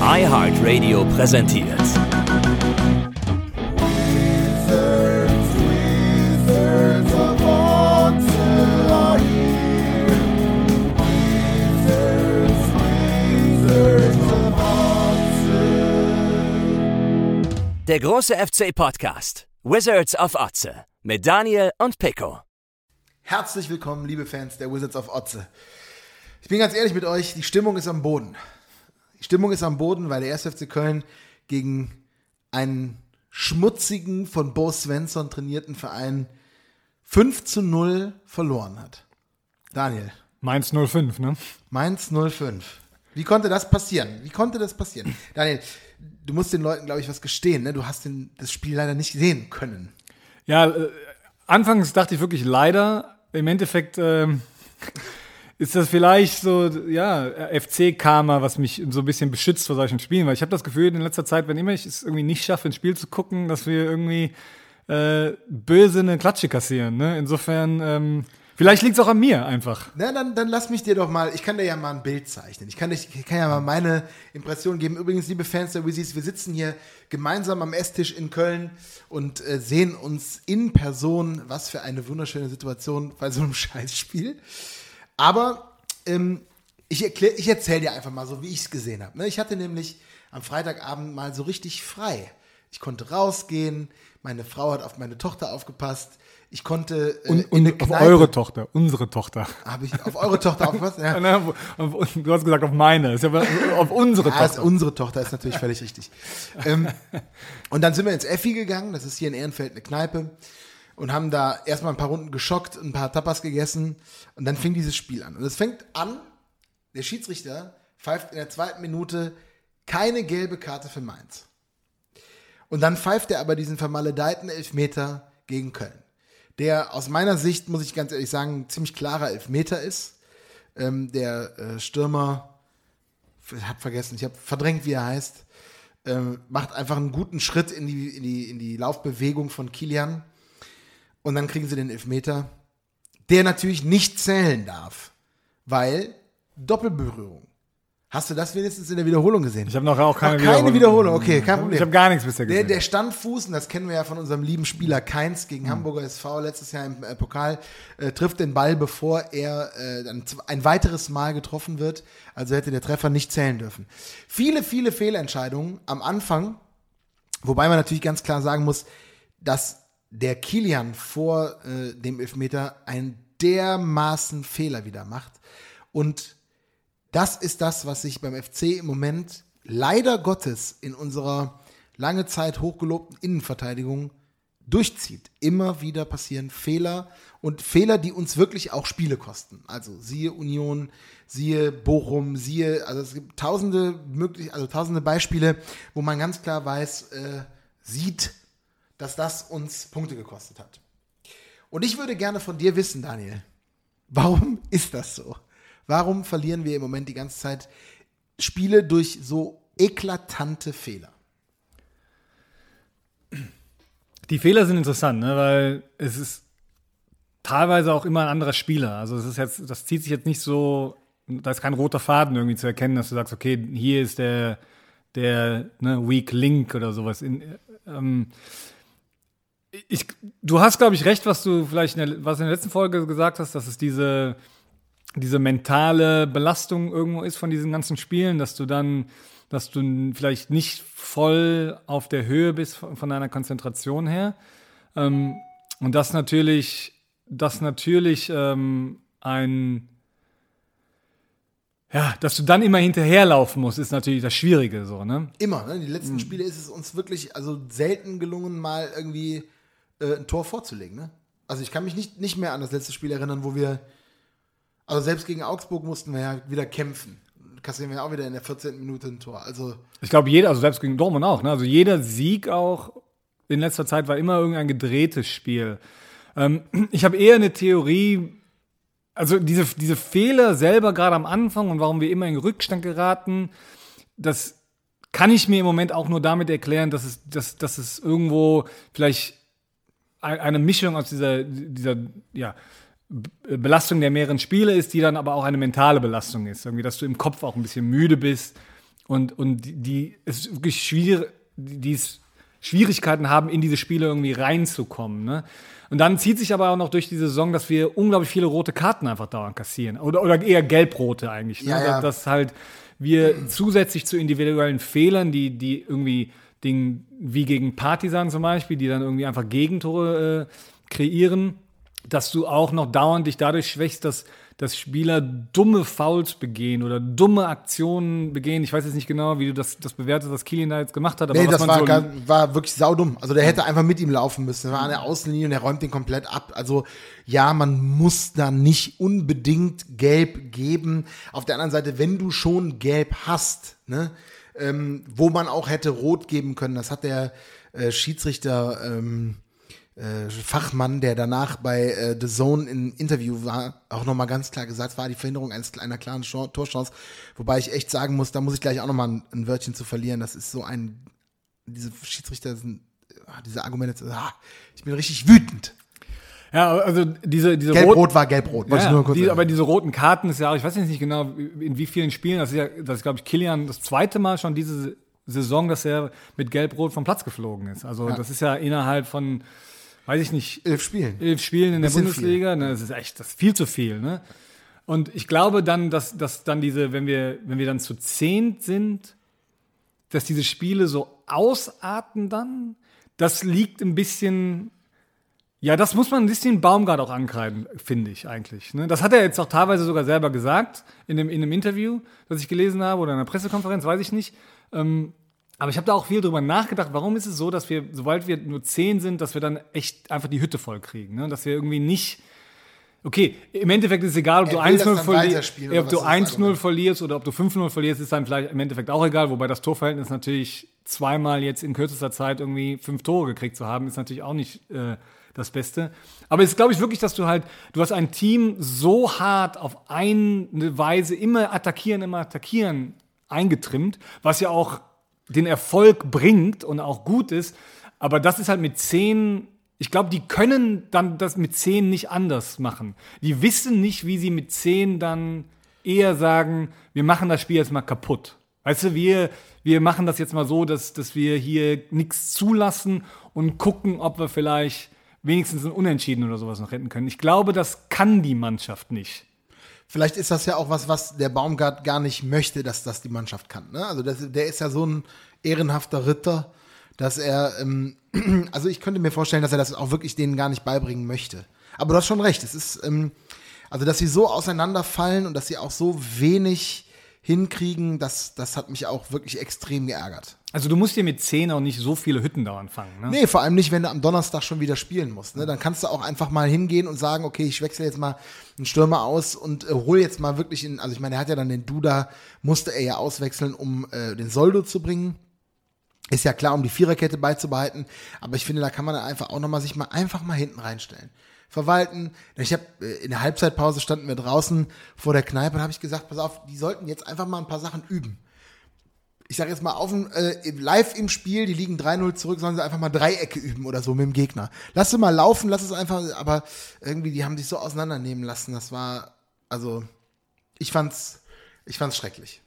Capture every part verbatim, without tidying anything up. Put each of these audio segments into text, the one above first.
iHeartRadio präsentiert der große F C-Podcast Wizards of Otze mit Daniel und Pico. Herzlich willkommen, liebe Fans der Wizards of Otze. Ich bin ganz ehrlich mit euch, die Stimmung ist am Boden. Die Stimmung ist am Boden, weil der erste F C Köln gegen einen schmutzigen, von Bo Svensson trainierten Verein fünf zu null verloren hat. Daniel. Mainz null fünf, ne? Mainz null fünf. Wie konnte das passieren? Wie konnte das passieren? Daniel, du musst den Leuten, glaube ich, was gestehen, ne? Du hast den, das Spiel leider nicht sehen können. Ja, äh, anfangs dachte ich wirklich leider. Im Endeffekt äh, ist das vielleicht so, ja, F C-Karma, was mich so ein bisschen beschützt vor solchen Spielen. Weil ich habe das Gefühl, in letzter Zeit, wenn immer ich es irgendwie nicht schaffe, ein Spiel zu gucken, dass wir irgendwie äh, böse eine Klatsche kassieren. Ne? Insofern, ähm, vielleicht liegt es auch an mir einfach. Na, dann, dann lass mich dir doch mal, ich kann dir ja mal ein Bild zeichnen. Ich kann, dich, ich kann ja mal meine Impression geben. Übrigens, liebe Fans der Wizzies, wir sitzen hier gemeinsam am Esstisch in Köln und äh, sehen uns in Person. Was für eine wunderschöne Situation bei so einem Scheißspiel. Aber ähm, ich, erklär, ich erzähle dir einfach mal so, wie ich es gesehen habe. Ne? Ich hatte nämlich am Freitagabend mal so richtig frei. Ich konnte rausgehen, meine Frau hat auf meine Tochter aufgepasst. Ich konnte äh, und, in und eine auf Kneipe, eure Tochter, unsere Tochter. Habe ich auf eure Tochter aufgepasst? Ja. Du hast gesagt auf meine, ist aber auf unsere ja, Tochter. Ist unsere Tochter ist natürlich völlig richtig. ähm, und dann sind wir ins Effi gegangen, das ist hier in Ehrenfeld eine Kneipe, und haben da erstmal ein paar Runden geschockt, ein paar Tapas gegessen und dann fing dieses Spiel an. Und es fängt an, der Schiedsrichter pfeift in der zweiten Minute keine gelbe Karte für Mainz. Und dann pfeift er aber diesen vermaledeiten Elfmeter gegen Köln, der aus meiner Sicht, muss ich ganz ehrlich sagen, ein ziemlich klarer Elfmeter ist. Ähm, der äh, Stürmer, ich hab vergessen, ich habe verdrängt, wie er heißt, ähm, macht einfach einen guten Schritt in die, in die, in die Laufbewegung von Kilian. Und dann kriegen sie den Elfmeter, der natürlich nicht zählen darf, weil Doppelberührung. Hast du das wenigstens in der Wiederholung gesehen? Ich habe noch auch keine, Ach, keine Wiederholung. Wiederholung. Okay, kein Problem. Ich habe gar nichts bisher gesehen. Der, der Standfuß, und das kennen wir ja von unserem lieben Spieler Keins gegen mhm. Hamburger S V letztes Jahr im äh, Pokal, äh, trifft den Ball, bevor er äh, dann ein weiteres Mal getroffen wird. Also hätte der Treffer nicht zählen dürfen. Viele, viele Fehlentscheidungen am Anfang, wobei man natürlich ganz klar sagen muss, dass der Kilian vor äh, dem Elfmeter einen dermaßen Fehler wieder macht. Und das ist das, was sich beim F C im Moment leider Gottes in unserer lange Zeit hochgelobten Innenverteidigung durchzieht. Immer wieder passieren Fehler und Fehler, die uns wirklich auch Spiele kosten. Also siehe Union, siehe Bochum, siehe, also es gibt tausende möglich, also tausende Beispiele, wo man ganz klar weiß, äh, sieht, dass das uns Punkte gekostet hat. Und ich würde gerne von dir wissen, Daniel, warum ist das so? Warum verlieren wir im Moment die ganze Zeit Spiele durch so eklatante Fehler? Die Fehler sind interessant, ne, weil es ist teilweise auch immer ein anderer Spieler. Also es ist jetzt, das zieht sich jetzt nicht so, da ist kein roter Faden irgendwie zu erkennen, dass du sagst, okay, hier ist der, der ne, Weak Link oder sowas. In, ähm, ich, du hast, glaube ich, recht, was du vielleicht in der, was in der letzten Folge gesagt hast, dass es diese diese mentale Belastung irgendwo ist von diesen ganzen Spielen, dass du dann, dass du vielleicht nicht voll auf der Höhe bist von, von deiner Konzentration her. Ähm, und das natürlich, das natürlich ähm, ein, ja, dass du dann immer hinterherlaufen musst, ist natürlich das Schwierige, so, ne? Immer, ne? Die letzten mhm. Spiele ist es uns wirklich, also selten gelungen, mal irgendwie äh, ein Tor vorzulegen, ne? Also ich kann mich nicht, nicht mehr an das letzte Spiel erinnern, wo wir Also selbst gegen Augsburg mussten wir ja wieder kämpfen. Kassieren wir auch wieder in der vierzehnten Minute ein Tor. Also ich glaube, jeder, also selbst gegen Dortmund auch, ne? Also jeder Sieg auch in letzter Zeit war immer irgendein gedrehtes Spiel. Ähm, ich habe eher eine Theorie, also diese, diese Fehler selber gerade am Anfang und warum wir immer in Rückstand geraten, das kann ich mir im Moment auch nur damit erklären, dass es, dass, dass es irgendwo vielleicht eine Mischung aus dieser, dieser, ja, Belastung der mehreren Spiele ist, die dann aber auch eine mentale Belastung ist. Irgendwie, dass du im Kopf auch ein bisschen müde bist und, und die, die es wirklich schwierig, die es Schwierigkeiten haben, in diese Spiele irgendwie reinzukommen. Ne? Und dann zieht sich aber auch noch durch die Saison, dass wir unglaublich viele rote Karten einfach dauernd kassieren. Oder, oder eher gelbrote eigentlich. Ne? Ja, ja. Dass, dass halt wir zusätzlich zu individuellen Fehlern, die, die irgendwie Dingen wie gegen Partizan zum Beispiel, die dann irgendwie einfach Gegentore äh, kreieren, dass du auch noch dauernd dich dadurch schwächst, dass, dass Spieler dumme Fouls begehen oder dumme Aktionen begehen. Ich weiß jetzt nicht genau, wie du das, das bewertest, was Kylian da jetzt gemacht hat. Aber Nee, was das man war, so gar, war wirklich saudumm. Also der hätte einfach mit ihm laufen müssen. Er war an der Außenlinie und er räumt den komplett ab. Also ja, man muss da nicht unbedingt gelb geben. Auf der anderen Seite, wenn du schon gelb hast, ne, ähm, wo man auch hätte rot geben können, das hat der äh, Schiedsrichter ähm, Äh, Fachmann, der danach bei äh, The Zone im Interview war, auch nochmal ganz klar gesagt, es war die Verhinderung eines, einer klaren Ch- Torchance, wobei ich echt sagen muss, da muss ich gleich auch nochmal ein, ein Wörtchen zu verlieren, das ist so ein, diese Schiedsrichter sind, ah, diese Argumente, ah, ich bin richtig wütend. Ja, also diese, diese Gelb-Rot war Gelb-Rot, wollte ja, ich nur kurz die, sagen. aber diese roten Karten ist ja auch, ich weiß jetzt nicht genau, in wie vielen Spielen, das ist ja, das ist, glaube ich, Kylian das zweite Mal schon diese Saison, dass er mit Gelb-Rot vom Platz geflogen ist. Also Ja. das ist ja innerhalb von weiß ich nicht, elf Spielen. elf Spielen in der Bisschen Bundesliga, ne, das ist echt, das ist viel zu viel, ne? Und ich glaube dann, dass, dass dann diese, wenn wir, wenn wir dann zu zehnt sind, dass diese Spiele so ausarten dann, das liegt ein bisschen, ja, das muss man ein bisschen Baumgart auch ankreiden, finde ich eigentlich, ne? Das hat er jetzt auch teilweise sogar selber gesagt, in dem, in einem Interview, das ich gelesen habe, oder in einer Pressekonferenz, weiß ich nicht, ähm, aber ich habe da auch viel drüber nachgedacht, warum ist es so, dass wir, sobald wir nur zehn sind, dass wir dann echt einfach die Hütte voll kriegen, ne? Dass wir irgendwie nicht, okay, im Endeffekt ist es egal, ob Er du will eins das null dann verli- weiterspielen, ja, oder ob du was ist das eins null Argument? verlierst oder ob du fünf null verlierst, ist dann vielleicht im Endeffekt auch egal, wobei das Torverhältnis natürlich zweimal jetzt in kürzester Zeit irgendwie fünf Tore gekriegt zu haben, ist natürlich auch nicht äh, das Beste. Aber es ist, glaube ich, wirklich, dass du halt, du hast ein Team so hart auf eine Weise immer attackieren, immer attackieren eingetrimmt, was ja auch den Erfolg bringt und auch gut ist, aber das ist halt mit zehn, ich glaube, die können dann das mit zehn nicht anders machen. Die wissen nicht, wie sie mit zehn dann eher sagen, wir machen das Spiel jetzt mal kaputt. Weißt du, wir, wir machen das jetzt mal so, dass, dass wir hier nichts zulassen und gucken, ob wir vielleicht wenigstens ein Unentschieden oder sowas noch retten können. Ich glaube, das kann die Mannschaft nicht. Vielleicht ist das ja auch was, was der Baumgart gar nicht möchte, dass das die Mannschaft kann. Ne? Also das, der ist ja so ein ehrenhafter Ritter, dass er, ähm, also ich könnte mir vorstellen, dass er das auch wirklich denen gar nicht beibringen möchte. Aber du hast schon recht, es ist, ähm, also dass sie so auseinanderfallen und dass sie auch so wenig hinkriegen, das, das hat mich auch wirklich extrem geärgert. Also du musst dir mit zehn auch nicht so viele Hütten dauernd fangen. Ne? Nee, vor allem nicht, wenn du am Donnerstag schon wieder spielen musst. Ne? Dann kannst du auch einfach mal hingehen und sagen, okay, ich wechsle jetzt mal einen Stürmer aus und äh, hol jetzt mal wirklich in, also ich meine, er hat ja dann den Duda, musste er ja auswechseln, um äh, den Soldo zu bringen. Ist ja klar, um die Viererkette beizubehalten. Aber ich finde, da kann man dann einfach auch nochmal sich mal einfach mal hinten reinstellen. Verwalten. Ich habe äh, in der Halbzeitpause standen wir draußen vor der Kneipe und habe ich gesagt, pass auf, die sollten jetzt einfach mal ein paar Sachen üben. Ich sage jetzt mal, auf dem, äh, live im Spiel, die liegen drei null zurück, sollen sie einfach mal Dreiecke üben oder so mit dem Gegner. Lass sie mal laufen, lass es einfach, aber irgendwie, die haben sich so auseinandernehmen lassen. Das war, also, ich fand's, ich fand's schrecklich.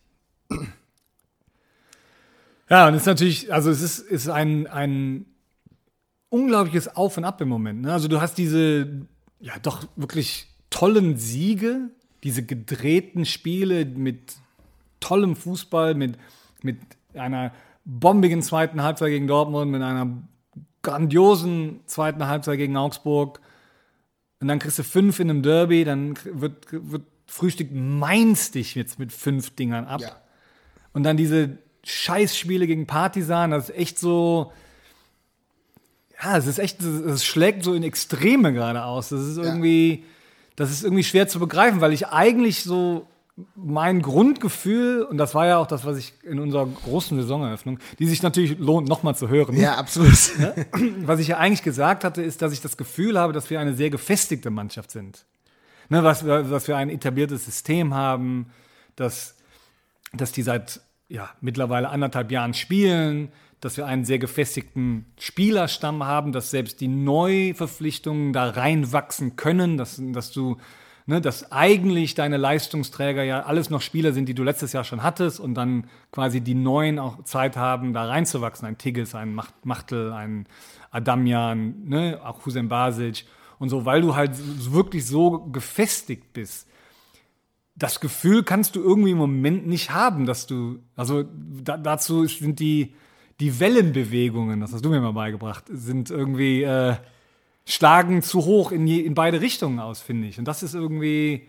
Ja, und es ist natürlich, also es ist, ist ein, ein unglaubliches Auf und Ab im Moment. Ne? Also du hast diese, ja doch wirklich tollen Siege, diese gedrehten Spiele mit tollem Fußball, mit, mit einer bombigen zweiten Halbzeit gegen Dortmund, mit einer grandiosen zweiten Halbzeit gegen Augsburg. Und dann kriegst du fünf in einem Derby, dann wird, wird Frühstück Mainz dich jetzt mit fünf Dingern ab. Ja. Und dann diese Scheißspiele gegen Partizan, das ist echt so, ja, es ist echt, es schlägt so in Extreme gerade aus. Das ist irgendwie, das ist irgendwie schwer zu begreifen, weil ich eigentlich so mein Grundgefühl, und das war ja auch das, was ich in unserer großen Saisoneröffnung, die sich natürlich lohnt, nochmal zu hören. Ja, absolut. Was ich ja eigentlich gesagt hatte, ist, dass ich das Gefühl habe, dass wir eine sehr gefestigte Mannschaft sind. Ne, was, dass wir ein etabliertes System haben, dass, dass die seit ja, mittlerweile anderthalb Jahren spielen, dass wir einen sehr gefestigten Spielerstamm haben, dass selbst die Neuverpflichtungen da reinwachsen können, dass, dass du ne, dass eigentlich deine Leistungsträger ja alles noch Spieler sind, die du letztes Jahr schon hattest und dann quasi die Neuen auch Zeit haben, da reinzuwachsen. Ein Tigges, ein Machtl, ein Adamjan, ne, auch Hussein Basic und so, weil du halt wirklich so gefestigt bist. Das Gefühl kannst du irgendwie im Moment nicht haben, dass du, also da, dazu sind die, die Wellenbewegungen, das hast du mir mal beigebracht, sind irgendwie, äh, schlagen zu hoch in, je, in beide Richtungen aus, finde ich. Und das ist irgendwie,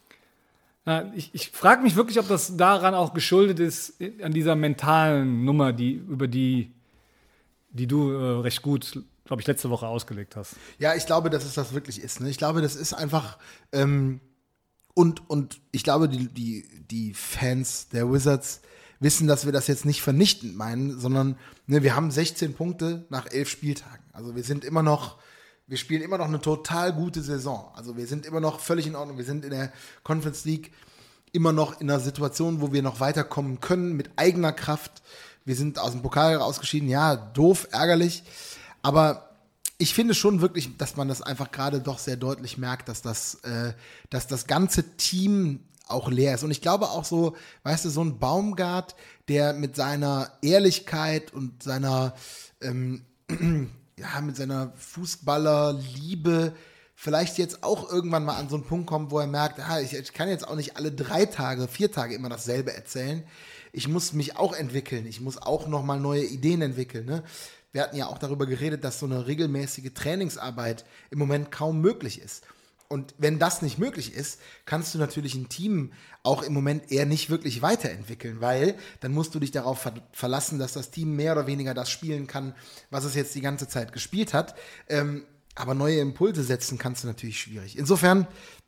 na, ich, ich frage mich wirklich, ob das daran auch geschuldet ist, an dieser mentalen Nummer, die, über die, die du äh, recht gut, glaube ich, letzte Woche ausgelegt hast. Ja, ich glaube, dass es das wirklich ist. Ne? Ich glaube, das ist einfach, ähm, und, und ich glaube, die, die, die Fans der Wizards wissen, dass wir das jetzt nicht vernichtend meinen, sondern ne, wir haben sechzehn Punkte nach elf Spieltagen. Also wir sind immer noch, wir spielen immer noch eine total gute Saison. Also wir sind immer noch völlig in Ordnung. Wir sind in der Conference League immer noch in einer Situation, wo wir noch weiterkommen können mit eigener Kraft. Wir sind aus dem Pokal rausgeschieden. Ja, doof, ärgerlich. Aber ich finde schon wirklich, dass man das einfach gerade doch sehr deutlich merkt, dass das, äh, dass das ganze Team auch leer ist. Und ich glaube auch so, weißt du, so ein Baumgart, der mit seiner Ehrlichkeit und seiner, ähm, ja, mit seiner Fußballerliebe vielleicht jetzt auch irgendwann mal an so einen Punkt kommt, wo er merkt, ah, ich, ich kann jetzt auch nicht alle drei Tage, vier Tage immer dasselbe erzählen. Ich muss mich auch entwickeln. Ich muss auch nochmal neue Ideen entwickeln, ne? Wir hatten ja auch darüber geredet, dass so eine regelmäßige Trainingsarbeit im Moment kaum möglich ist. Und wenn das nicht möglich ist, kannst du natürlich ein Team auch im Moment eher nicht wirklich weiterentwickeln, weil dann musst du dich darauf ver- verlassen, dass das Team mehr oder weniger das spielen kann, was es jetzt die ganze Zeit gespielt hat. Ähm, aber neue Impulse setzen kannst du natürlich schwierig. Insofern,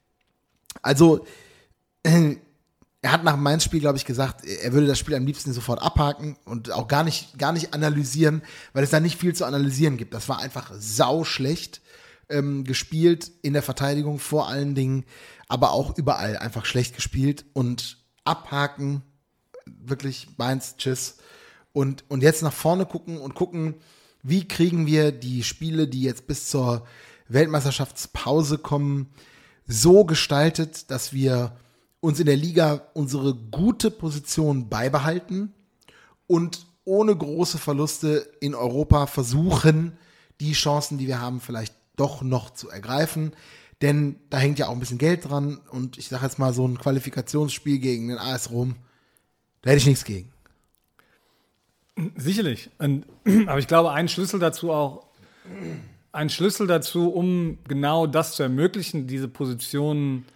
also äh, er hat nach dem Mainz-Spiel, glaube ich, gesagt, er würde das Spiel am liebsten sofort abhaken und auch gar nicht, gar nicht analysieren, weil es da nicht viel zu analysieren gibt. Das war einfach sauschlecht ähm, gespielt in der Verteidigung vor allen Dingen, aber auch überall einfach schlecht gespielt und abhaken, wirklich Mainz, tschüss. Und, und jetzt nach vorne gucken und gucken, wie kriegen wir die Spiele, die jetzt bis zur Weltmeisterschaftspause kommen, so gestaltet, dass wir uns in der Liga unsere gute Position beibehalten und ohne große Verluste in Europa versuchen, die Chancen, die wir haben, vielleicht doch noch zu ergreifen. Denn da hängt ja auch ein bisschen Geld dran und ich sage jetzt mal, so ein Qualifikationsspiel gegen den A S Rom, da hätte ich nichts gegen. Sicherlich. Und, aber ich glaube, ein Schlüssel dazu auch, ein Schlüssel dazu, um genau das zu ermöglichen, diese Positionen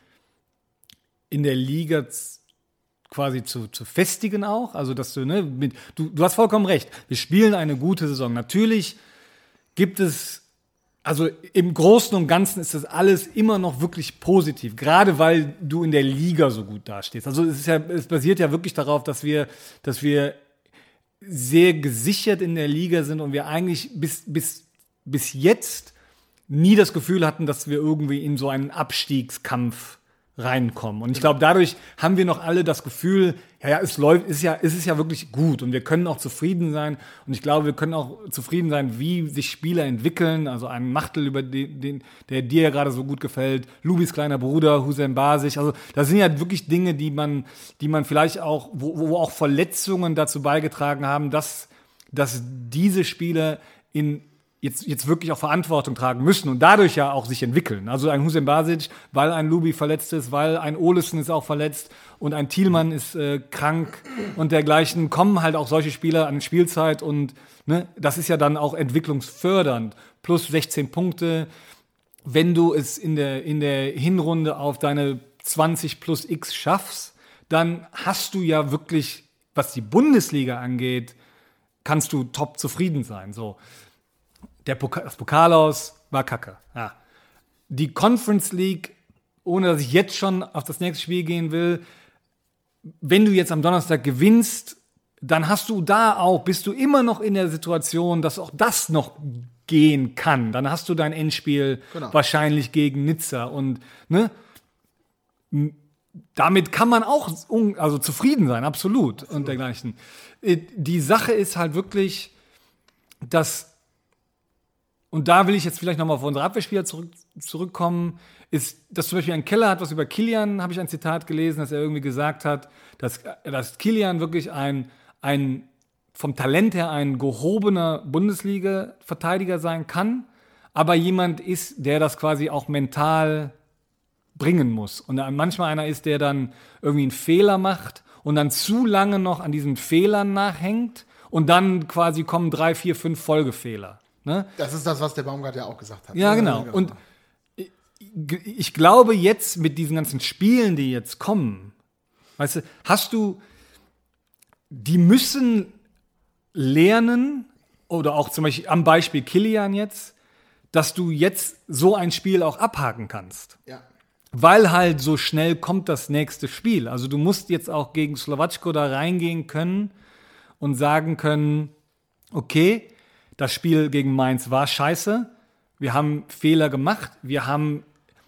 in der Liga z- quasi zu, zu festigen auch. Also, dass du, ne, mit, du, du hast vollkommen recht. Wir spielen eine gute Saison. Natürlich gibt es, also im Großen und Ganzen ist das alles immer noch wirklich positiv. Gerade weil du in der Liga so gut dastehst. Also, es ist ja, es basiert ja wirklich darauf, dass wir, dass wir sehr gesichert in der Liga sind und wir eigentlich bis, bis, bis jetzt nie das Gefühl hatten, dass wir irgendwie in so einen Abstiegskampf reinkommen. Und ich glaube, dadurch haben wir noch alle das Gefühl, ja, ja, es läuft, ist ja, es ist ja wirklich gut und wir können auch zufrieden sein. Und ich glaube, wir können auch zufrieden sein, wie sich Spieler entwickeln. Also ein Machtl, über den, den, der dir ja gerade so gut gefällt, Lubis kleiner Bruder, Hussein Basic. Also das sind ja wirklich Dinge, die man, die man vielleicht auch, wo, wo auch Verletzungen dazu beigetragen haben, dass, dass diese Spieler in Jetzt, jetzt wirklich auch Verantwortung tragen müssen und dadurch ja auch sich entwickeln. Also ein Hussein Basic, weil ein Lubi verletzt ist, weil ein Olesen ist auch verletzt und ein Thielmann ist äh, krank und dergleichen, kommen halt auch solche Spieler an Spielzeit und ne, das ist ja dann auch entwicklungsfördernd. Plus sechzehn Punkte, wenn du es in der, in der Hinrunde auf deine zwanzig plus X schaffst, dann hast du ja wirklich, was die Bundesliga angeht, kannst du top zufrieden sein. So. Der Pokal, das Pokal aus war kacke. Ja. Die Conference League, ohne dass ich jetzt schon auf das nächste Spiel gehen will, wenn du jetzt am Donnerstag gewinnst, dann hast du da auch, bist du immer noch in der Situation, dass auch das noch gehen kann. Dann hast du dein Endspiel genau. Wahrscheinlich gegen Nizza und ne, damit kann man auch un- also zufrieden sein, absolut, absolut und dergleichen. Die Sache ist halt wirklich, dass und da will ich jetzt vielleicht nochmal auf unsere Abwehrspieler zurück, zurückkommen, ist, dass zum Beispiel ein Keller hat was über Kilian, habe ich ein Zitat gelesen, dass er irgendwie gesagt hat, dass, dass Kilian wirklich ein, ein vom Talent her ein gehobener Bundesliga-Verteidiger sein kann, aber jemand ist, der das quasi auch mental bringen muss. Und manchmal einer ist, der dann irgendwie einen Fehler macht und dann zu lange noch an diesen Fehlern nachhängt und dann quasi kommen drei, vier, fünf Folgefehler. Ne? Das ist das, was der Baumgart ja auch gesagt hat. Ja, genau. Und ich glaube jetzt mit diesen ganzen Spielen, die jetzt kommen, weißt du, hast du, die müssen lernen, oder auch zum Beispiel am Beispiel Kilian jetzt, dass du jetzt so ein Spiel auch abhaken kannst. Ja. Weil halt so schnell kommt das nächste Spiel. Also du musst jetzt auch gegen Slowatschko da reingehen können und sagen können, okay, das Spiel gegen Mainz war scheiße, wir haben Fehler gemacht, wir haben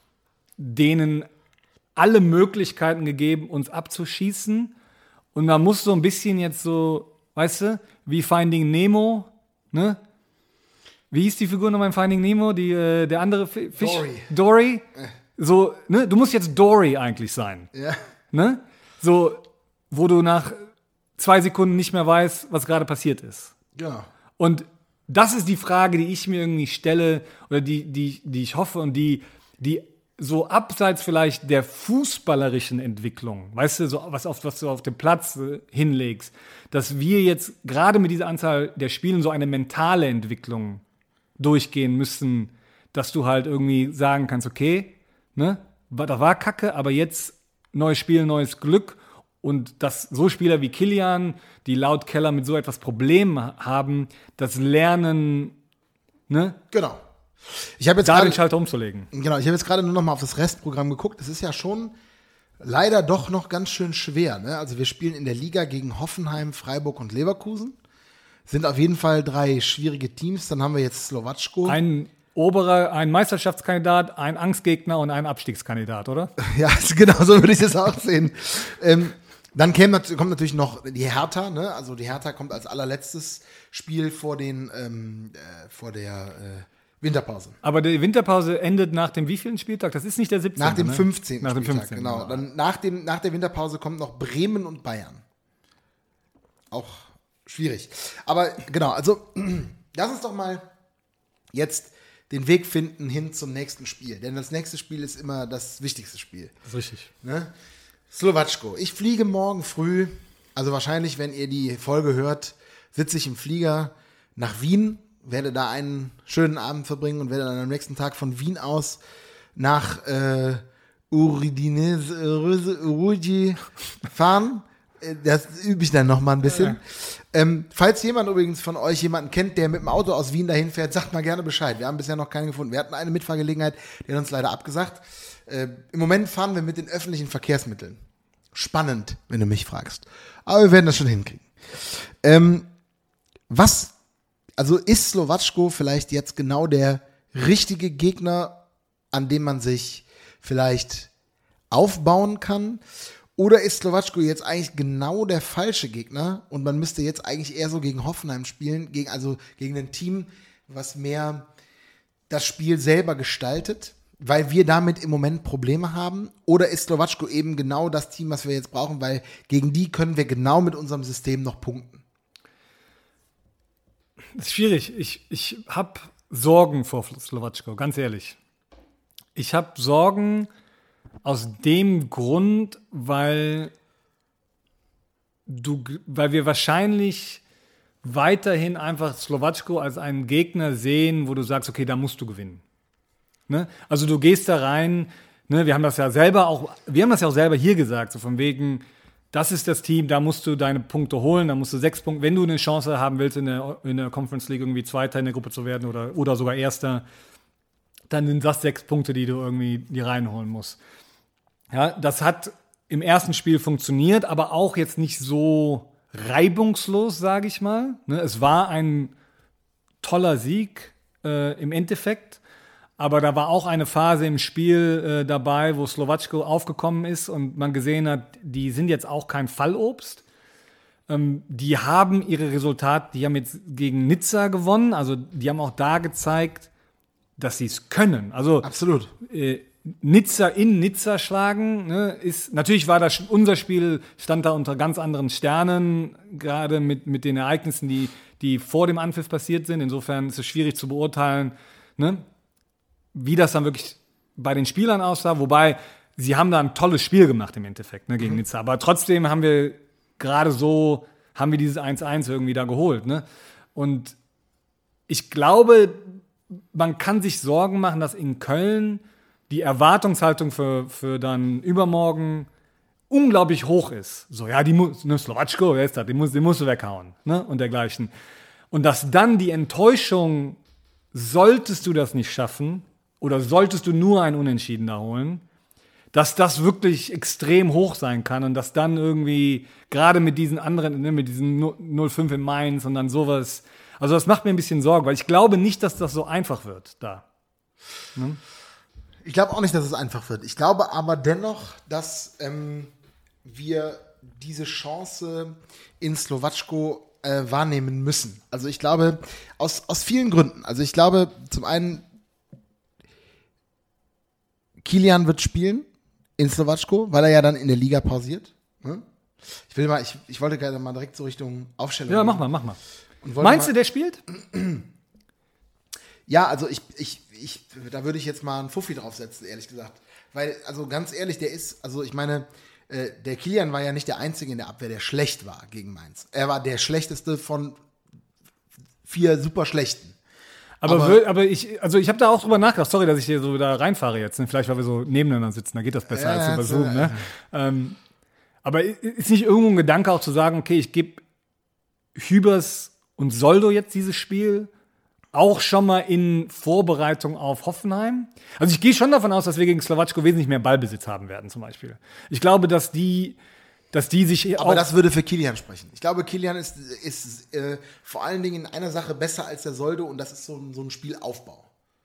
denen alle Möglichkeiten gegeben, uns abzuschießen. Und man muss so ein bisschen jetzt so, weißt du, wie Finding Nemo, ne? Wie hieß die Figur nochmal in Finding Nemo? Die, äh, der andere Fisch? Dory. Dory. So, ne? Du musst jetzt Dory eigentlich sein. Ja. Ne? So, wo du nach zwei Sekunden nicht mehr weißt, was gerade passiert ist. Genau. Und das ist die Frage, die ich mir irgendwie stelle, oder die, die, die ich hoffe und die, die so abseits vielleicht der fußballerischen Entwicklung, weißt du, so was auf was du auf dem Platz äh, hinlegst, dass wir jetzt gerade mit dieser Anzahl der Spielen so eine mentale Entwicklung durchgehen müssen, dass du halt irgendwie sagen kannst, okay, ne, das war Kacke, aber jetzt neues Spiel, neues Glück, und dass so Spieler wie Kilian, die laut Keller mit so etwas Probleme haben, das Lernen, ne, Genau. Ich habe jetzt da gerade den Schalter umzulegen. Genau, ich habe jetzt gerade nur noch mal auf das Restprogramm geguckt. Es ist ja schon leider doch noch ganz schön schwer. Ne? Also wir spielen in der Liga gegen Hoffenheim, Freiburg und Leverkusen. Sind auf jeden Fall drei schwierige Teams. Dann haben wir jetzt Slowatschko. Ein oberer, ein Meisterschaftskandidat, ein Angstgegner und ein Abstiegskandidat, oder? Ja, genau so würde ich das auch sehen. ähm, dann käme, kommt natürlich noch die Hertha. Ne? Also die Hertha kommt als allerletztes Spiel vor, den, ähm, äh, vor der äh, Winterpause. Aber die Winterpause endet nach dem wievielten Spieltag? Das ist nicht der siebzehnte. Nach dem ne? fünfzehnten Nach dem Spieltag, fünfzehnten genau. Dann nach, dem, nach der Winterpause kommt noch Bremen und Bayern. Auch schwierig. Aber genau, also lass uns doch mal jetzt den Weg finden hin zum nächsten Spiel. Denn das nächste Spiel ist immer das wichtigste Spiel. Das ist richtig. Ne? Slowatschko. Ich fliege morgen früh, also wahrscheinlich, wenn ihr die Folge hört, sitze ich im Flieger nach Wien, werde da einen schönen Abend verbringen und werde dann am nächsten Tag von Wien aus nach äh, Urugi fahren. Das übe ich dann noch mal ein bisschen. Ja. Ähm, falls jemand übrigens von euch jemanden kennt, der mit dem Auto aus Wien dahin fährt, sagt mal gerne Bescheid. Wir haben bisher noch keinen gefunden. Wir hatten eine Mitfahrgelegenheit, die hat uns leider abgesagt. Äh, Im Moment fahren wir mit den öffentlichen Verkehrsmitteln. Spannend, wenn du mich fragst. Aber wir werden das schon hinkriegen. Ähm, was, also ist Slowatschko vielleicht jetzt genau der richtige Gegner, an dem man sich vielleicht aufbauen kann? Oder ist Slowatschko jetzt eigentlich genau der falsche Gegner und man müsste jetzt eigentlich eher so gegen Hoffenheim spielen, gegen, also gegen ein Team, was mehr das Spiel selber gestaltet, weil wir damit im Moment Probleme haben? Oder ist Slowatschko eben genau das Team, was wir jetzt brauchen, weil gegen die können wir genau mit unserem System noch punkten? Das ist schwierig. Ich, ich habe Sorgen vor Slowatschko, ganz ehrlich. Ich habe Sorgen aus dem Grund, weil du, weil wir wahrscheinlich weiterhin einfach Slowatschko als einen Gegner sehen, wo du sagst, okay, da musst du gewinnen. Ne? Also du gehst da rein, ne, wir haben das ja selber auch, wir haben das ja auch selber hier gesagt, so von wegen, das ist das Team, da musst du deine Punkte holen, da musst du sechs Punkte, wenn du eine Chance haben willst, in der, in der Conference League irgendwie Zweiter in der Gruppe zu werden oder, oder sogar Erster, dann sind das sechs Punkte, die du irgendwie die reinholen musst. Ja, das hat im ersten Spiel funktioniert, aber auch jetzt nicht so reibungslos, sage ich mal. Ne, es war ein toller Sieg äh, im Endeffekt, aber da war auch eine Phase im Spiel äh, dabei, wo Slowatschko aufgekommen ist und man gesehen hat, die sind jetzt auch kein Fallobst. Ähm, die haben ihre Resultate, die haben jetzt gegen Nizza gewonnen, also die haben auch da gezeigt, dass sie es können. Also Absolut. Äh, Nizza in Nizza schlagen, ne, ist, natürlich war das, unser Spiel stand da unter ganz anderen Sternen, gerade mit, mit den Ereignissen, die, die vor dem Anpfiff passiert sind. Insofern ist es schwierig zu beurteilen, ne, wie das dann wirklich bei den Spielern aussah. Wobei, sie haben da ein tolles Spiel gemacht im Endeffekt, ne, gegen mhm. Nizza. Aber trotzdem haben wir gerade so, haben wir dieses eins eins irgendwie da geholt. Ne? Und ich glaube, man kann sich Sorgen machen, dass in Köln die Erwartungshaltung für, für dann übermorgen unglaublich hoch ist. So, ja, die muss, ne, Slowatschko, wer ist das? Den musst, den musst du weghauen, ne, und dergleichen. Und dass dann die Enttäuschung, solltest du das nicht schaffen, oder solltest du nur ein Unentschieden da holen, dass das wirklich extrem hoch sein kann und dass dann irgendwie, gerade mit diesen anderen, ne, mit diesen null fünf in Mainz und dann sowas, also das macht mir ein bisschen Sorge, weil ich glaube nicht, dass das so einfach wird da. Ne? Ich glaube auch nicht, dass es einfach wird. Ich glaube aber dennoch, dass ähm, wir diese Chance in Slowatschko äh, wahrnehmen müssen. Also ich glaube, aus, aus vielen Gründen. Also ich glaube, zum einen, Kilian wird spielen in Slowatschko, weil er ja dann in der Liga pausiert. Ne? Ich will mal, ich, ich wollte gerade mal direkt so Richtung Aufstellung Ja, gehen. mach mal, mach mal. mal, Meinst du, der spielt? Ja, also ich, ich, ich, da würde ich jetzt mal einen Fuffi draufsetzen, ehrlich gesagt. Weil, also ganz ehrlich, der ist, also ich meine, äh, der Kilian war ja nicht der Einzige in der Abwehr, der schlecht war gegen Mainz. Er war der schlechteste von vier super schlechten. Aber, aber, aber ich, also ich habe da auch drüber nachgedacht, sorry, dass ich hier so da reinfahre jetzt, ne? Vielleicht, weil wir so nebeneinander sitzen, da geht das besser ja, als über so, Zoom, ne? Ähm, aber ist nicht irgendwo ein Gedanke auch zu sagen, okay, ich gebe Hübers und Soldo jetzt dieses Spiel auch schon mal in Vorbereitung auf Hoffenheim? Also ich gehe schon davon aus, dass wir gegen Slowatschko wesentlich mehr Ballbesitz haben werden, zum Beispiel. Ich glaube, dass die, dass die sich Aber das würde für Kilian sprechen. Ich glaube, Kilian ist, ist äh, vor allen Dingen in einer Sache besser als der Soldo und das ist so, so ein Spielaufbau.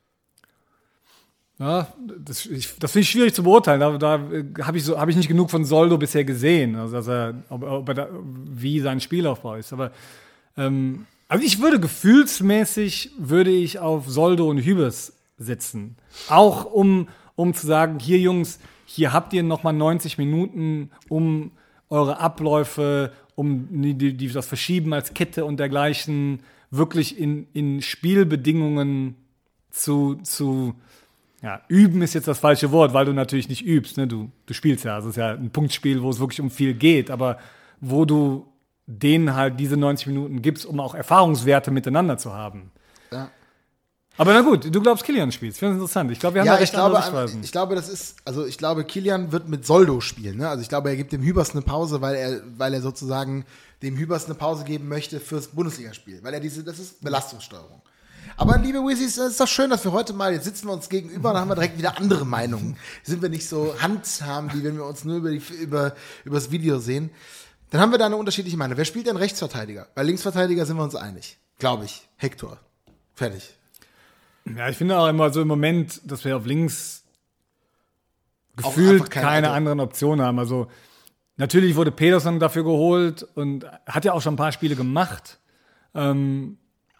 Ja, das, ich, das finde ich schwierig zu beurteilen. Da, da habe ich, so, hab ich nicht genug von Soldo bisher gesehen, also dass er, ob, ob er da, wie sein Spielaufbau ist. Aber ähm, also ich würde gefühlsmäßig würde ich auf Soldo und Hübers setzen. Auch um, um zu sagen, hier Jungs, hier habt ihr noch mal neunzig Minuten, um eure Abläufe, um die, die, das Verschieben als Kette und dergleichen wirklich in, in Spielbedingungen zu, zu ja, üben ist jetzt das falsche Wort, weil du natürlich nicht übst. Ne? Du, du spielst ja, also es ist ja ein Punktspiel, wo es wirklich um viel geht, aber wo du denen halt diese neunzig Minuten gibst, um auch Erfahrungswerte miteinander zu haben. Ja. Aber na gut, du glaubst, Kilian spielt. Ich finde das interessant. Ich glaube, wir haben ja, da recht ich glaube, andere Sichtweisen. ich glaube, das ist, also ich glaube, Kilian wird mit Soldo spielen. Ne? Also ich glaube, er gibt dem Hübers eine Pause, weil er, weil er sozusagen dem Hübers eine Pause geben möchte fürs Bundesligaspiel. Weil er diese, das ist Belastungssteuerung. Aber liebe Wizzies, es ist doch schön, dass wir heute mal, jetzt sitzen wir uns gegenüber und haben wir direkt wieder andere Meinungen. Sind wir nicht so handzahm, wie wenn wir uns nur über, die, über, über das Video sehen. Dann haben wir da eine unterschiedliche Meinung. Wer spielt denn Rechtsverteidiger? Bei Linksverteidiger sind wir uns einig. Glaube ich. Hector. Fertig. Ja, ich finde auch immer so im Moment, dass wir auf links gefühlt keine, keine anderen Optionen haben. Also natürlich wurde Pedersen dafür geholt und hat ja auch schon ein paar Spiele gemacht. Ähm,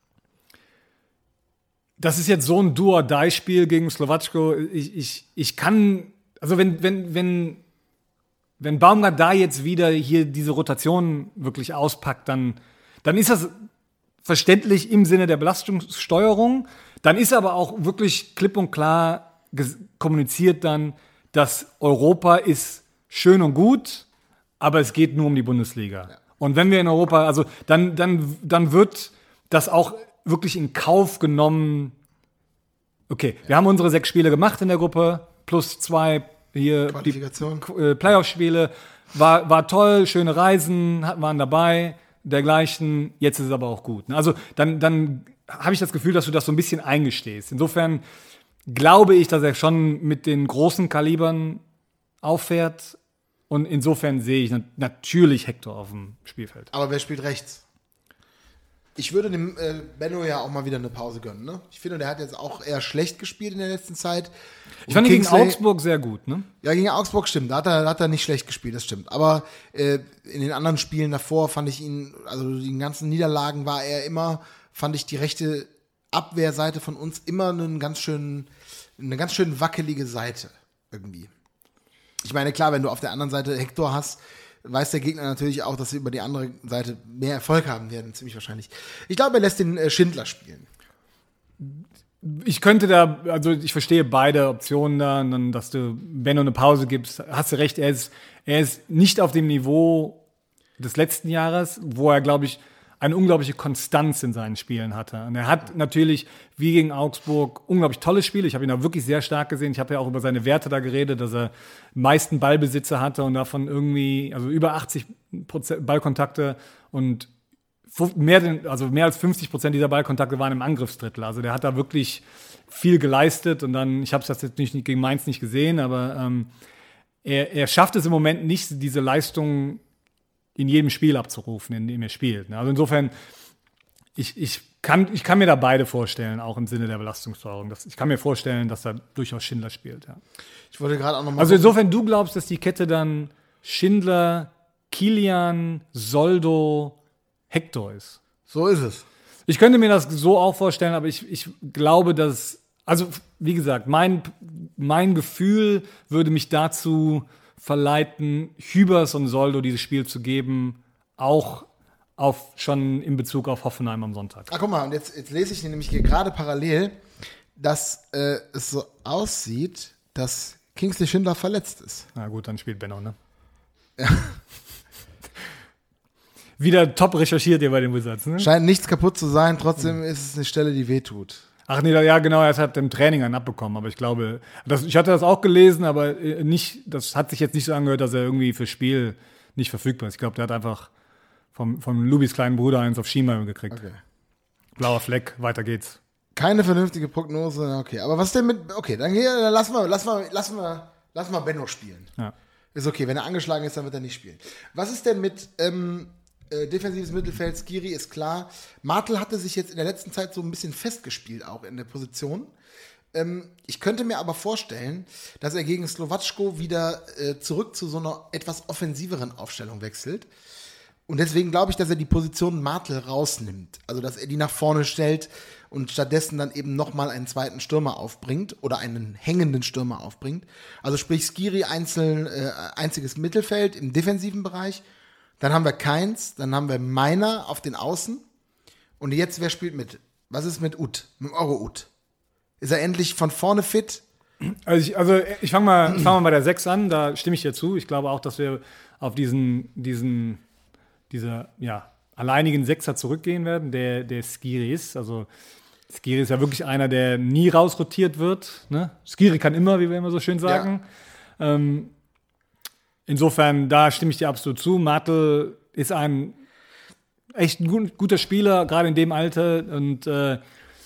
das ist jetzt so ein Do-or-Die-Spiel gegen Slowatschko. Ich, ich, ich kann, also wenn, wenn, wenn, wenn Baumgart da jetzt wieder hier diese Rotation wirklich auspackt, dann, dann ist das verständlich im Sinne der Belastungssteuerung. Dann ist aber auch wirklich klipp und klar ges- kommuniziert dann, dass Europa ist schön und gut, aber es geht nur um die Bundesliga. Ja. Und wenn wir in Europa, also dann, dann, dann wird das auch wirklich in Kauf genommen. Okay, ja. Wir haben unsere sechs Spiele gemacht in der Gruppe, plus zwei hier Qualifikation. Die äh, Playoff-Spiele. War, war toll, schöne Reisen, waren dabei, dergleichen. Jetzt ist es aber auch gut. Also dann, dann habe ich das Gefühl, dass du das so ein bisschen eingestehst. Insofern glaube ich, dass er schon mit den großen Kalibern auffährt. Und insofern sehe ich nat- natürlich Hector auf dem Spielfeld. Aber wer spielt rechts? Ich würde dem äh, Benno ja auch mal wieder eine Pause gönnen. Ne? Ich finde, der hat jetzt auch eher schlecht gespielt in der letzten Zeit. Ich fand ihn gegen Augsburg sehr gut, ne? Ja, gegen Augsburg stimmt. Da hat er, da hat er nicht schlecht gespielt, das stimmt. Aber äh, in den anderen Spielen davor fand ich ihn, also die ganzen Niederlagen war er immer, fand ich die rechte Abwehrseite von uns immer einen ganz schönen, eine ganz schön wackelige Seite irgendwie. Ich meine, klar, wenn du auf der anderen Seite Hector hast, weiß der Gegner natürlich auch, dass sie über die andere Seite mehr Erfolg haben werden, ziemlich wahrscheinlich. Ich glaube, er lässt den äh, Schindler spielen. Ich könnte da, also ich verstehe beide Optionen da, und dann, dass du Benno eine Pause gibst, hast du recht, er ist, er ist nicht auf dem Niveau des letzten Jahres, wo er, glaube ich, eine unglaubliche Konstanz in seinen Spielen hatte. Und er hat natürlich, wie gegen Augsburg, unglaublich tolle Spiele. Ich habe ihn da wirklich sehr stark gesehen. Ich habe ja auch über seine Werte da geredet, dass er meisten Ballbesitze hatte und davon irgendwie, also über achtzig Prozent Ballkontakte und mehr, denn, also mehr als fünfzig Prozent dieser Ballkontakte waren im Angriffsdrittel. Also der hat da wirklich viel geleistet und dann, ich habe es jetzt nicht gegen Mainz nicht gesehen, aber ähm, er, er schafft es im Moment nicht, diese Leistung in jedem Spiel abzurufen, in dem er spielt. Also insofern, ich, ich, kann, ich kann mir da beide vorstellen, auch im Sinne der Belastungssteuerung. Das, ich kann mir vorstellen, dass da durchaus Schindler spielt. Ja. Ich wollte gerade auch noch mal. Also insofern, du glaubst, dass die Kette dann Schindler, Kilian, Soldo, Hector ist. So ist es. Ich könnte mir das so auch vorstellen, aber ich, ich glaube, dass, also wie gesagt, mein, mein Gefühl würde mich dazu verleiten, Hübers und Soldo dieses Spiel zu geben, auch auf, schon in Bezug auf Hoffenheim am Sonntag. Ach, guck mal, und jetzt, jetzt lese ich nämlich hier gerade parallel, dass äh, es so aussieht, dass Kingsley Schindler verletzt ist. Na gut, dann spielt Benno, ne? Ja. Wieder top recherchiert hier bei den Wizards, ne? Scheint nichts kaputt zu sein, trotzdem ist es eine Stelle, die wehtut. Ach nee, ja genau, er hat im Training einen abbekommen, aber ich glaube, das, ich hatte das auch gelesen, aber nicht, das hat sich jetzt nicht so angehört, dass er irgendwie fürs Spiel nicht verfügbar ist. Ich glaube, der hat einfach vom, vom Lubis kleinen Bruder eins auf Schienbein gekriegt. Okay. Blauer Fleck, weiter geht's. Keine vernünftige Prognose, okay. Aber was denn mit, okay, dann, hier, dann lassen wir, lassen wir, lassen wir, lassen wir Benno spielen. Ja. Ist okay, wenn er angeschlagen ist, dann wird er nicht spielen. Was ist denn mit, ähm, Äh, defensives Mittelfeld, Skiri ist klar. Martel hatte sich jetzt in der letzten Zeit so ein bisschen festgespielt, auch in der Position. Ähm, ich könnte mir aber vorstellen, dass er gegen Slowatschko wieder äh, zurück zu so einer etwas offensiveren Aufstellung wechselt. Und deswegen glaube ich, dass er die Position Martel rausnimmt. Also, dass er die nach vorne stellt und stattdessen dann eben nochmal einen zweiten Stürmer aufbringt oder einen hängenden Stürmer aufbringt. Also sprich Skiri einzeln, äh, einziges Mittelfeld im defensiven Bereich. Dann haben wir Keins, dann haben wir Meiner auf den Außen. Und jetzt, wer spielt mit? Was ist mit Ut? Mit Euro Ut? Ist er endlich von vorne fit? Also ich, also ich fange mal, fang mal bei der sechs an, da stimme ich dir zu. Ich glaube auch, dass wir auf diesen, diesen dieser, ja, alleinigen Sechser zurückgehen werden, der, der Skiri ist. Also Skiri ist ja wirklich einer, der nie rausrotiert wird. Ne? Skiri kann immer, wie wir immer so schön sagen. Ja. Ähm, Insofern, da stimme ich dir absolut zu. Martel ist ein echt ein guter Spieler, gerade in dem Alter. Und äh,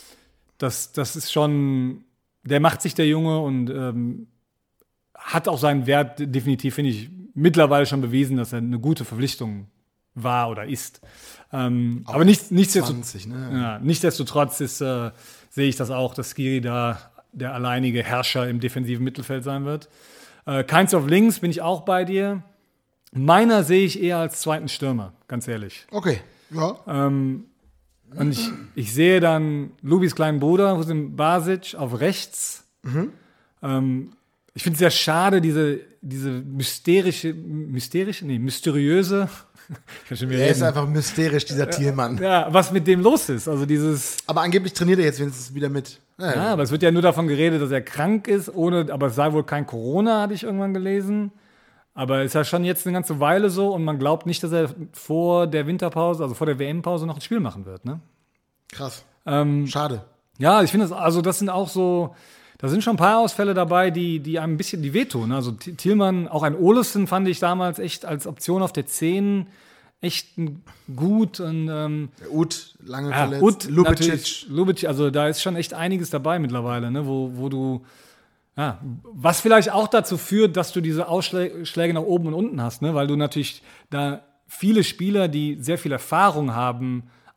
das, das ist schon, der macht sich der Junge und ähm, hat auch seinen Wert definitiv, finde ich, mittlerweile schon bewiesen, dass er eine gute Verpflichtung war oder ist. Ähm, aber nicht, nichtsdestotrotz, zwanzig, ne? Ja, nichtsdestotrotz ist, äh, sehe ich das auch, dass Skiri da der alleinige Herrscher im defensiven Mittelfeld sein wird. Äh, Keins auf links, bin ich auch bei dir. Meiner sehe ich eher als zweiten Stürmer, ganz ehrlich. Okay, ja. Ähm, und ich, ich sehe dann Lubis kleinen Bruder, Husin Basic, auf rechts. Mhm. Ähm, ich finde es sehr schade, diese, diese mysterische, mysterische, nee, mysteriöse. Ich kann schon wieder er reden. Ist einfach mysterisch, dieser Thielmann. Ja, was mit dem los ist. Also dieses. Aber angeblich trainiert er jetzt wenigstens wieder mit. Ja, ja, aber es wird ja nur davon geredet, dass er krank ist, ohne, aber es sei wohl kein Corona, hatte ich irgendwann gelesen. Aber ist ja schon jetzt eine ganze Weile so und man glaubt nicht, dass er vor der Winterpause, also vor der W M-Pause noch ein Spiel machen wird, ne? Krass. Ähm, Schade. Ja, ich finde das, also das sind auch so, da sind schon ein paar Ausfälle dabei, die, die einem ein bisschen die wehtun. Also Thielmann, auch ein Olesen fand ich damals echt als Option auf der zehn echt gut. Und, ähm, Ut, lange ja, verletzt. Ut, Lubicic. Lubicic, also da ist schon echt einiges dabei mittlerweile, ne, wo, wo du, ja, was vielleicht auch dazu führt, dass du diese Ausschläge nach oben und unten hast, ne, weil du natürlich da viele Spieler, die sehr viel Erfahrung haben,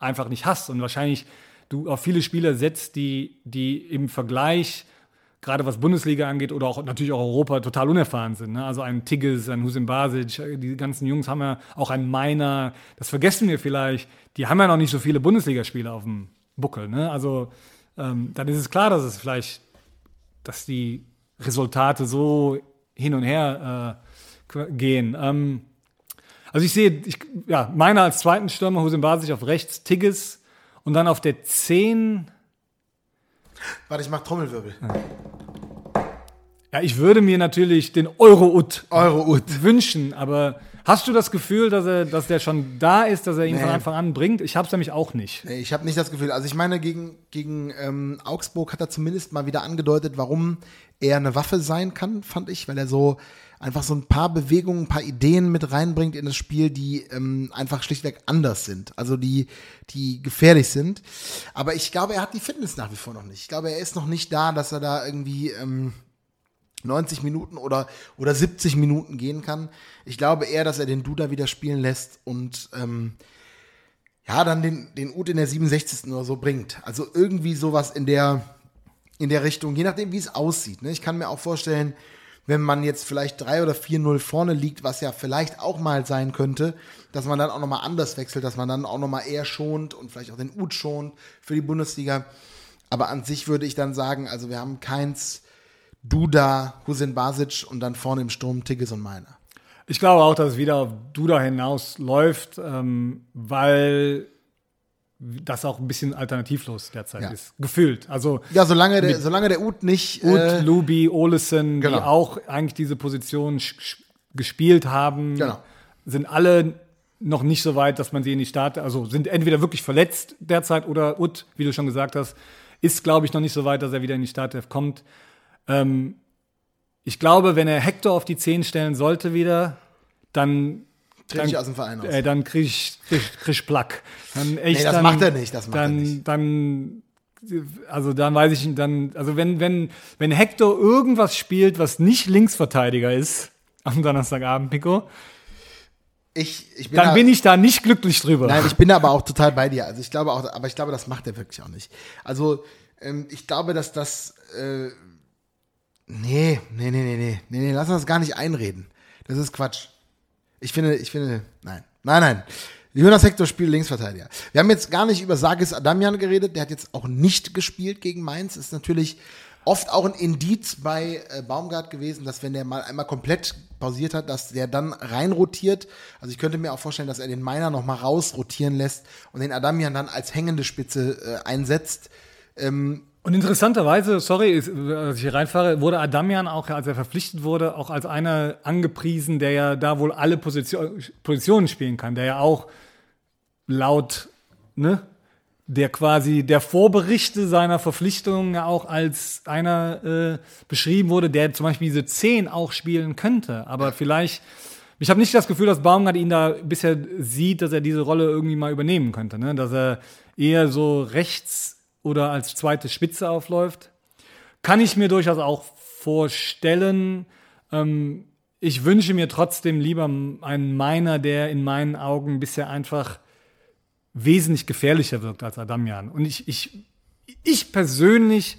einfach nicht hast und wahrscheinlich du auf viele Spieler setzt, die, die im Vergleich, gerade was Bundesliga angeht oder auch natürlich auch Europa, total unerfahren sind. Ne? Also ein Tigges, ein Husin Basic, die ganzen Jungs haben ja auch einen Meiner, das vergessen wir vielleicht, die haben ja noch nicht so viele Bundesligaspieler auf dem Buckel. Ne? Also ähm, dann ist es klar, dass es vielleicht, dass die Resultate so hin und her äh, gehen. Ähm, also ich sehe, ich, ja, Meiner als zweiten Stürmer, Husin Basic auf rechts, Tigges und dann auf der zehn. Warte, ich mach Trommelwirbel. Ja, ich würde mir natürlich den Euro-Ut Euro-Ut wünschen, aber hast du das Gefühl, dass er, dass der schon da ist, dass er ihn Nee. von Anfang an bringt? Ich habe es nämlich auch nicht. Nee, ich habe nicht das Gefühl. Also ich meine, gegen, gegen ähm, Augsburg hat er zumindest mal wieder angedeutet, warum er eine Waffe sein kann, fand ich, weil er so einfach so ein paar Bewegungen, ein paar Ideen mit reinbringt in das Spiel, die ähm, einfach schlichtweg anders sind. Also die, die gefährlich sind. Aber ich glaube, er hat die Fitness nach wie vor noch nicht. Ich glaube, er ist noch nicht da, dass er da irgendwie ähm, neunzig Minuten oder, oder siebzig Minuten gehen kann. Ich glaube eher, dass er den Duda wieder spielen lässt und ähm, ja, dann den, den Ut in der siebenundsechzigsten oder so bringt. Also irgendwie sowas in der, in der Richtung, je nachdem, wie es aussieht. Ne? Ich kann mir auch vorstellen, wenn man jetzt vielleicht drei oder vier null vorne liegt, was ja vielleicht auch mal sein könnte, dass man dann auch nochmal anders wechselt, dass man dann auch nochmal eher schont und vielleicht auch den Ut schont für die Bundesliga. Aber an sich würde ich dann sagen, also wir haben Keins, Duda, Husin Basic und dann vorne im Sturm Tigges und Meiner. Ich glaube auch, dass es wieder auf Duda hinausläuft, ähm, weil das auch ein bisschen alternativlos derzeit Ja. ist. Gefühlt. Also Ja, solange der, solange der Ut nicht Ut, äh, Lubi, Olesen, genau. die auch eigentlich diese Position sch- sch- gespielt haben, Genau. sind alle noch nicht so weit, dass man sie in die Start, also sind entweder wirklich verletzt derzeit oder Ut, wie du schon gesagt hast, ist, glaube ich, noch nicht so weit, dass er wieder in die Startelf kommt. Ähm, ich glaube, wenn er Hector auf die zehn stellen sollte wieder, dann Tritt ich aus dem Verein aus. Äh, dann krieg ich, krieg, krieg ich Plack. Dann echt, Nee, das dann, macht er nicht, das macht dann, er nicht. Dann, also dann weiß ich, dann, also wenn, wenn, wenn Hector irgendwas spielt, was nicht Linksverteidiger ist, am Donnerstagabend, Pico, Ich, ich bin dann da, bin ich da nicht glücklich drüber. Nein, ich bin aber auch total bei dir. Also ich glaube auch, aber ich glaube, das macht er wirklich auch nicht. Also ähm, ich glaube, dass das äh, nee, nee, nee, nee, nee, nee, nee, lass uns das gar nicht einreden. Das ist Quatsch. Ich finde, ich finde, nein, nein, nein. Jonas Hector spielt Linksverteidiger. Wir haben jetzt gar nicht über Sargis Adamian geredet. Der hat jetzt auch nicht gespielt gegen Mainz. Ist natürlich oft auch ein Indiz bei äh, Baumgart gewesen, dass wenn der mal einmal komplett pausiert hat, dass der dann reinrotiert. Also ich könnte mir auch vorstellen, dass er den Meiner noch mal rausrotieren lässt und den Adamian dann als hängende Spitze äh, einsetzt. Ähm, Und interessanterweise, sorry, ist, als ich hier reinfahre, wurde Adamian auch, als er verpflichtet wurde, auch als einer angepriesen, der ja da wohl alle Position, Positionen spielen kann, der ja auch laut, ne, der quasi der Vorberichte seiner Verpflichtung ja auch als einer äh, beschrieben wurde, der zum Beispiel diese zehn auch spielen könnte. Aber vielleicht, ich habe nicht das Gefühl, dass Baumgart ihn da bisher sieht, dass er diese Rolle irgendwie mal übernehmen könnte, ne? Dass er eher so rechts oder als zweite Spitze aufläuft. Kann ich mir durchaus auch vorstellen. Ähm, ich wünsche mir trotzdem lieber einen Meiner, der in meinen Augen bisher einfach wesentlich gefährlicher wirkt als Adamian. Und ich, ich, ich persönlich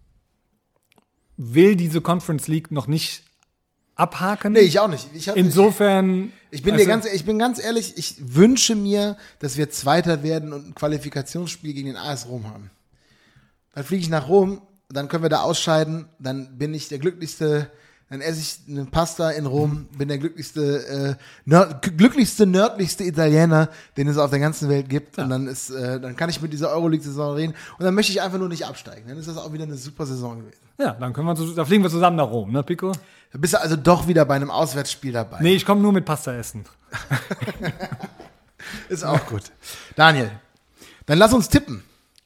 will diese Conference League noch nicht abhaken. nee, ich auch nicht. Ich hab, Insofern. Ich bin, also, dir ganz, ich bin ganz ehrlich, ich wünsche mir, dass wir Zweiter werden und ein Qualifikationsspiel gegen den A S Rom haben. Dann fliege ich nach Rom, dann können wir da ausscheiden, dann bin ich der glücklichste, dann esse ich eine Pasta in Rom, bin der glücklichste, äh, nörd, glücklichste, nördlichste Italiener, den es auf der ganzen Welt gibt. Ja. Und dann ist, äh, dann kann ich mit dieser Euroleague-Saison reden. Und dann möchte ich einfach nur nicht absteigen. Dann ist das auch wieder eine super Saison gewesen. Ja, dann können wir, da fliegen wir zusammen nach Rom, ne, Pico? Da bist du also doch wieder bei einem Auswärtsspiel dabei. Nee, ich komme nur mit Pasta essen. Ist auch gut. Daniel, dann lass uns tippen.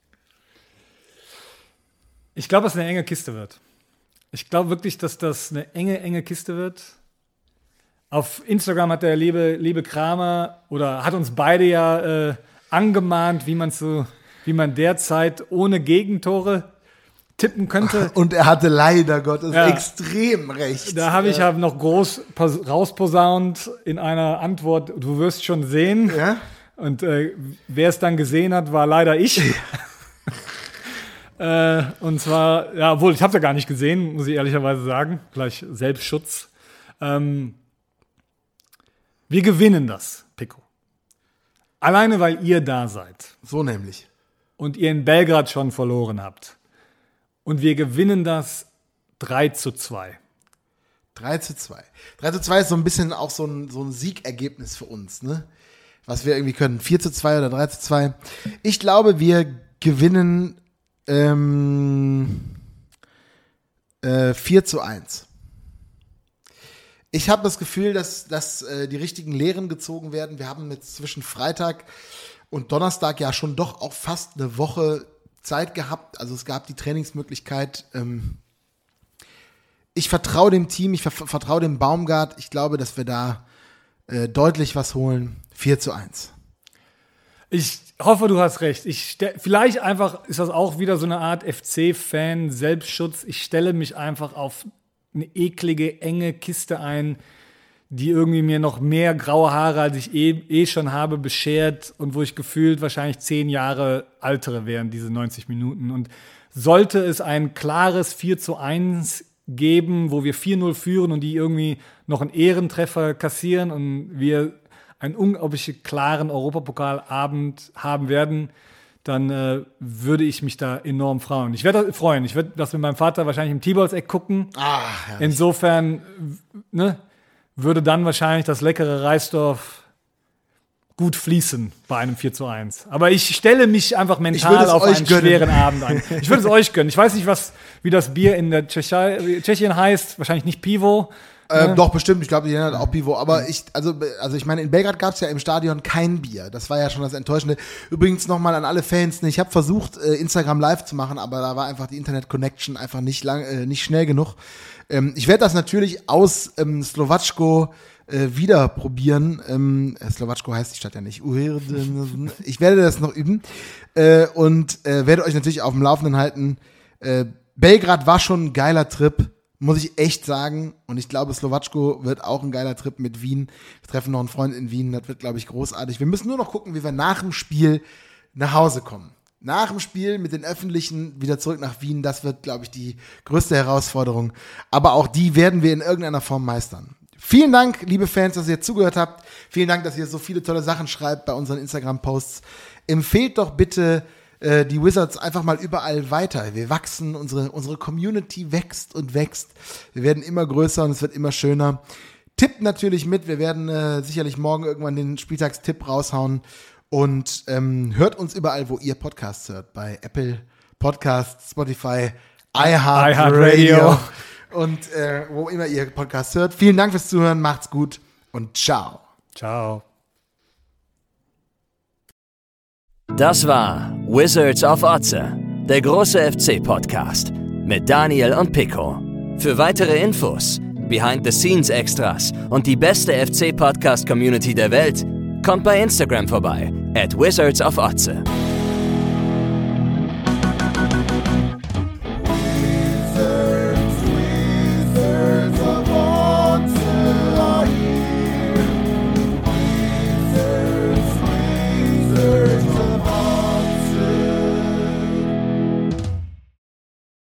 Ich glaube, dass es eine enge Kiste wird. Ich glaube wirklich, dass das eine enge, enge Kiste wird. Auf Instagram hat der liebe, liebe Kramer oder hat uns beide ja äh, angemahnt, wie man so, wie man derzeit ohne Gegentore tippen könnte. Und er hatte leider Gottes Ja. extrem recht. Da habe ich halt noch groß pos- rausposaunt in einer Antwort, du wirst schon sehen. Ja? Und äh, wer es dann gesehen hat, war leider ich. äh, und zwar, ja, obwohl, ich habe es ja gar nicht gesehen, muss ich ehrlicherweise sagen. Gleich Selbstschutz. Ähm, wir gewinnen das, Pico. Alleine, weil ihr da seid. So nämlich. Und ihr in Belgrad schon verloren habt. Und wir gewinnen das drei zu zwei. drei zu zwei. drei zu zwei ist so ein bisschen auch so ein, so ein Siegergebnis für uns, ne? Was wir irgendwie können. vier zu zwei oder drei zu zwei. Ich glaube, wir gewinnen ähm, äh, vier zu eins. Ich habe das Gefühl, dass, dass äh, die richtigen Lehren gezogen werden. Wir haben jetzt zwischen Freitag und Donnerstag ja schon doch auch fast eine Woche Zeit gehabt. Also es gab die Trainingsmöglichkeit. Ähm, ich vertraue dem Team, ich ver- vertraue dem Baumgart. Ich glaube, dass wir da äh, deutlich was holen. vier zu eins. Ich hoffe, du hast recht. Ich ste- vielleicht einfach ist das auch wieder so eine Art F C-Fan-Selbstschutz. Ich stelle mich einfach auf eine eklige, enge Kiste ein, die irgendwie mir noch mehr graue Haare, als ich eh, eh schon habe, beschert und wo ich gefühlt wahrscheinlich zehn Jahre altere wären, diese neunzig Minuten. Und sollte es ein klares vier zu eins geben, wo wir vier null führen und die irgendwie noch einen Ehrentreffer kassieren und wir einen unglaublich klaren Europapokalabend haben werden, dann äh, würde ich mich da enorm freuen. Ich werde freuen. Ich werde das mit meinem Vater wahrscheinlich im T-Balls-Eck gucken. Ah, Insofern ne, würde dann wahrscheinlich das leckere Reisdorf gut fließen bei einem vier zu eins. Aber ich stelle mich einfach mental auf einen gönnen. schweren Abend ein. Ich würde es euch gönnen. Ich weiß nicht, was, wie das Bier in der Tschechei, Tschechien heißt. Wahrscheinlich nicht Pivo. Ähm, Ja. Doch, bestimmt. Ich glaube, die hat auch Pivo. Aber ich, also, also ich meine, in Belgrad gab es ja im Stadion kein Bier. Das war ja schon das Enttäuschende. Übrigens nochmal an alle Fans. Ich habe versucht, äh, Instagram live zu machen, aber da war einfach die Internet-Connection einfach nicht lang, äh, nicht schnell genug. Ähm, ich werde das natürlich aus ähm, Slowatschko äh, wieder probieren. Ähm, Slowatschko heißt die Stadt ja nicht. Ich werde das noch üben. Äh, und äh, werde euch natürlich auf dem Laufenden halten. Äh, Belgrad war schon ein geiler Trip. Muss ich echt sagen. Und ich glaube, Slowatschko wird auch ein geiler Trip mit Wien. Wir treffen noch einen Freund in Wien. Das wird, glaube ich, großartig. Wir müssen nur noch gucken, wie wir nach dem Spiel nach Hause kommen. Nach dem Spiel mit den Öffentlichen wieder zurück nach Wien. Das wird, glaube ich, die größte Herausforderung. Aber auch die werden wir in irgendeiner Form meistern. Vielen Dank, liebe Fans, dass ihr zugehört habt. Vielen Dank, dass ihr so viele tolle Sachen schreibt bei unseren Instagram-Posts. Empfehlt doch bitte die Wizards einfach mal überall weiter. Wir wachsen, unsere, unsere Community wächst und wächst. Wir werden immer größer und es wird immer schöner. Tippt natürlich mit. Wir werden äh, sicherlich morgen irgendwann den Spieltagstipp raushauen. Und ähm, hört uns überall, wo ihr Podcasts hört. Bei Apple Podcasts, Spotify, iHeartRadio und äh, wo immer ihr Podcasts hört. Vielen Dank fürs Zuhören. Macht's gut und ciao. Ciao. Das war Wizards of Otze, der große F C-Podcast mit Daniel und Pico. Für weitere Infos, Behind-the-Scenes-Extras und die beste F C-Podcast-Community der Welt, kommt bei Instagram vorbei, at Wizards of Otze.